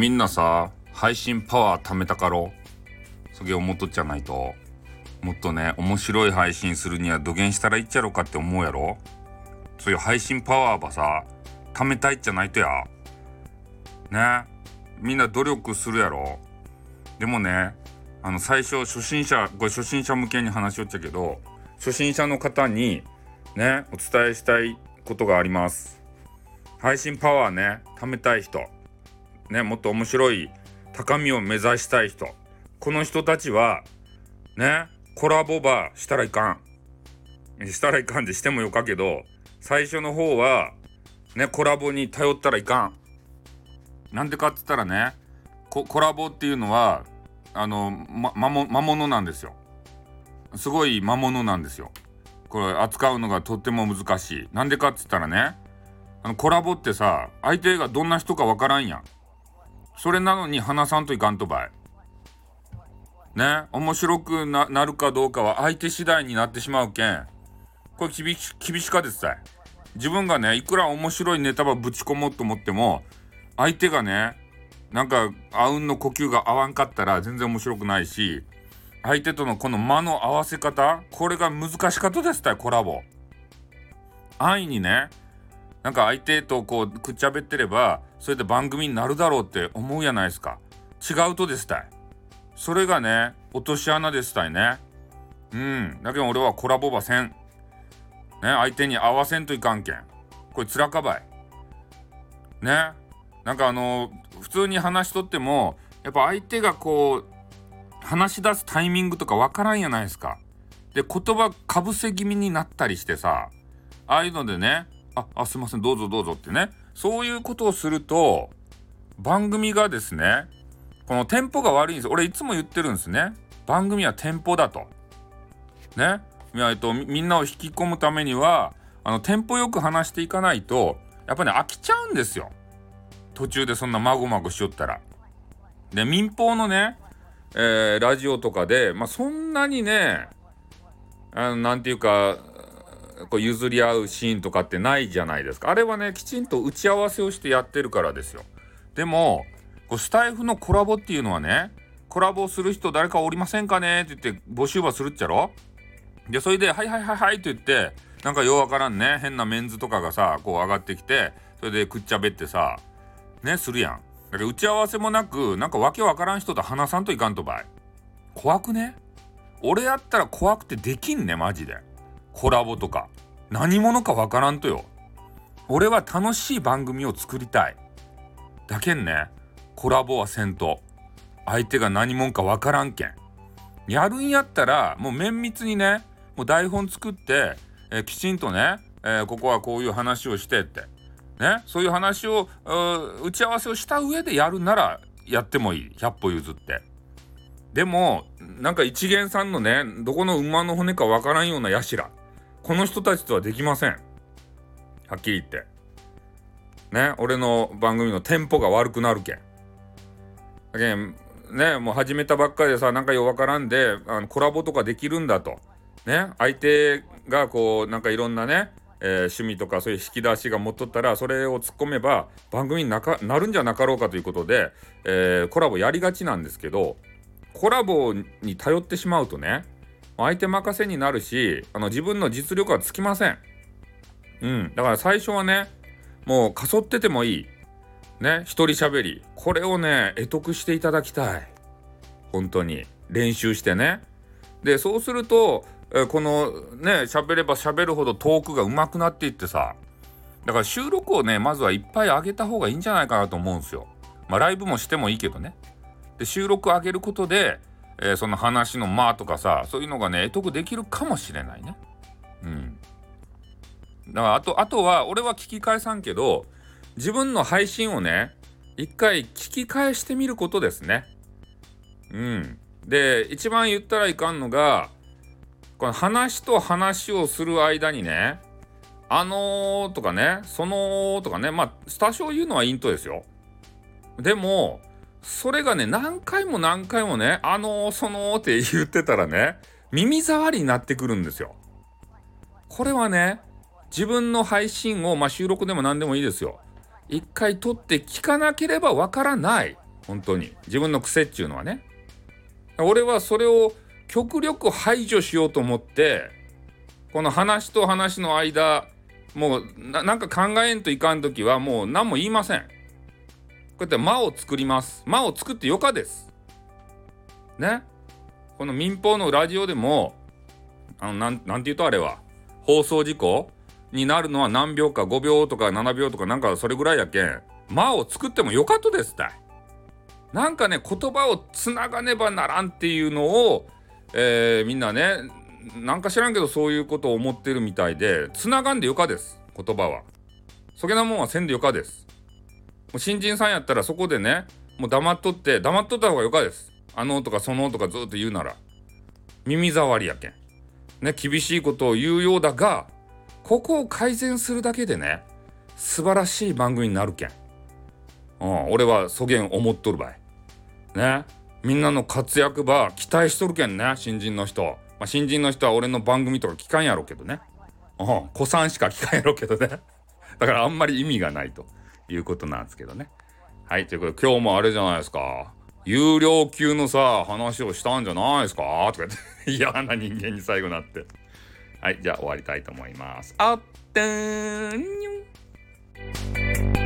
みんなさ、配信パワー貯めたかろ。そげ思っとっちゃないと、もっとね面白い配信するにはどげんしたらいいっちゃろかって思うやろ。そういう配信パワーばさ貯めたいっちゃないとやね。みんな努力するやろ。でもね、最初初心者向けに話しよっちゃけど、初心者の方にねお伝えしたいことがあります。配信パワーね貯めたい人ね、もっと面白い高みを目指したい人、この人たちはねコラボばしたらいかんでしてもよかけど、最初の方はねコラボに頼ったらいかん。なんでかって言ったらね、コラボっていうのは魔物なんですよ。すごい魔物なんですよ。これ扱うのがとっても難しい。なんでかって言ったらね、コラボってさ、相手がどんな人かわからんやん。それなのに話さんといかんとばいね。面白く なるかどうかは相手次第になってしまうけん、これ厳しかですさい。自分がねいくら面白いネタばぶち込もうと思っても、相手がねなんかあうんの呼吸が合わんかったら全然面白くないし、相手とのこの間の合わせ方、これが難しかったですたい。コラボ安易にねなんか相手とこうくっちゃべってればそれで番組になるだろうって思うやないですか。違うとですたい。それがね落とし穴ですたいね。だけど俺はコラボばせんね、相手に合わせんといかんけん、これつらかばいね。なんか普通に話しとってもやっぱ相手がこう話し出すタイミングとかわからんやないですか。で言葉かぶせ気味になったりしてさ、ああいうのでね、すいませんどうぞどうぞってね、そういうことをすると番組がですね、このテンポが悪いんです。俺いつも言ってるんですね。番組はテンポだとね。みんなを引き込むためにはテンポよく話していかないとやっぱね飽きちゃうんですよ。途中でそんなまごまごしよったら。で民放のね、ラジオとかでそんなにねなんていうかこう譲り合うシーンとかってないじゃないですか。あれはねきちんと打ち合わせをしてやってるからですよ。でもこうスタイフのコラボっていうのはね、コラボする人誰かおりませんかねって言って募集はするっちゃろ。でそれではいはいはいはいって言って、なんかようわからんね変なメンズとかがさこう上がってきて、それでくっちゃべってさねするやん。だから打ち合わせもなくなんかわけわからん人と話さんといかんとばい。怖くね。俺やったら怖くてできんねマジで。コラボとか何者かわからんとよ。俺は楽しい番組を作りたいだけんね。コラボはせんと相手が何者かわからんけん。やるんやったらもう綿密にね、もう台本作って、きちんとね、ここはこういう話をしてってね、そういう話を打ち合わせをした上でやるならやってもいい、100歩譲って。でもなんか一元さんのねどこの馬の骨かわからんようなやしら、この人たちとはできません。はっきり言ってね、俺の番組のテンポが悪くなるけん。だけんね、もう始めたばっかりでさ、なんかようわからんでコラボとかできるんだとね、相手がこうなんかいろんなね、趣味とかそういう引き出しが持っとったらそれを突っ込めば番組になるんじゃなかろうかということで、コラボやりがちなんですけど、コラボに頼ってしまうとね相手任せになるし、自分の実力はつきません。だから最初はねもうかそっててもいいね、一人喋り、これをね得得していただきたい。本当に練習してね。でそうすると、このね喋れば喋るほどトークが上手くなっていってさ、だから収録をねまずはいっぱい上げた方がいいんじゃないかなと思うんですよ。ライブもしてもいいけどね。で収録上げることで、その話の間とかさ、そういうのがね得得できるかもしれないね。だからあとは俺は聞き返さんけど、自分の配信をね一回聞き返してみることですね。で一番言ったらいかんのが、この話と話をする間にねとかねそのとかね、多少言うのはいいんとですよ。でもそれがね何回もねそのって言ってたらね耳障りになってくるんですよ。これはね自分の配信を収録でも何でもいいですよ。一回撮って聞かなければわからない。 本当に自分の癖っちゅうのはね。俺はそれを極力排除しようと思って、この話と話の間もうなんか考えんといかんときはもう何も言いません。こうやって間を作ります。間を作ってよかですね。この民放のラジオでもなんて言うとあれは放送事故になるのは何秒か5秒とか7秒とかなんかそれぐらいやけん、間を作ってもよかとですたい。なんかね、言葉をつながねばならんっていうのを、みんなね、なんか知らんけどそういうことを思ってるみたいで、つながんでよかです。言葉はそげなもんはせんでよかです。もう新人さんやったらそこでね、もう黙っとった方がよかです。とかそのとかずっと言うなら耳障りやけんね、厳しいことを言うようだが、ここを改善するだけでね、素晴らしい番組になるけん。俺はそげん思っとるばいね。みんなの活躍ば期待しとるけんね。新人の人、新人の人は俺の番組とか聞かんやろうけどね。子さんしか聞かんやろうけどね。だからあんまり意味がないということなんですけどね。はい、ということで今日もあれじゃないですか、有料級のさ話をしたんじゃないですかとか言って嫌な人間に最後なって。はい、じゃあ終わりたいと思います。あってーんにゅん。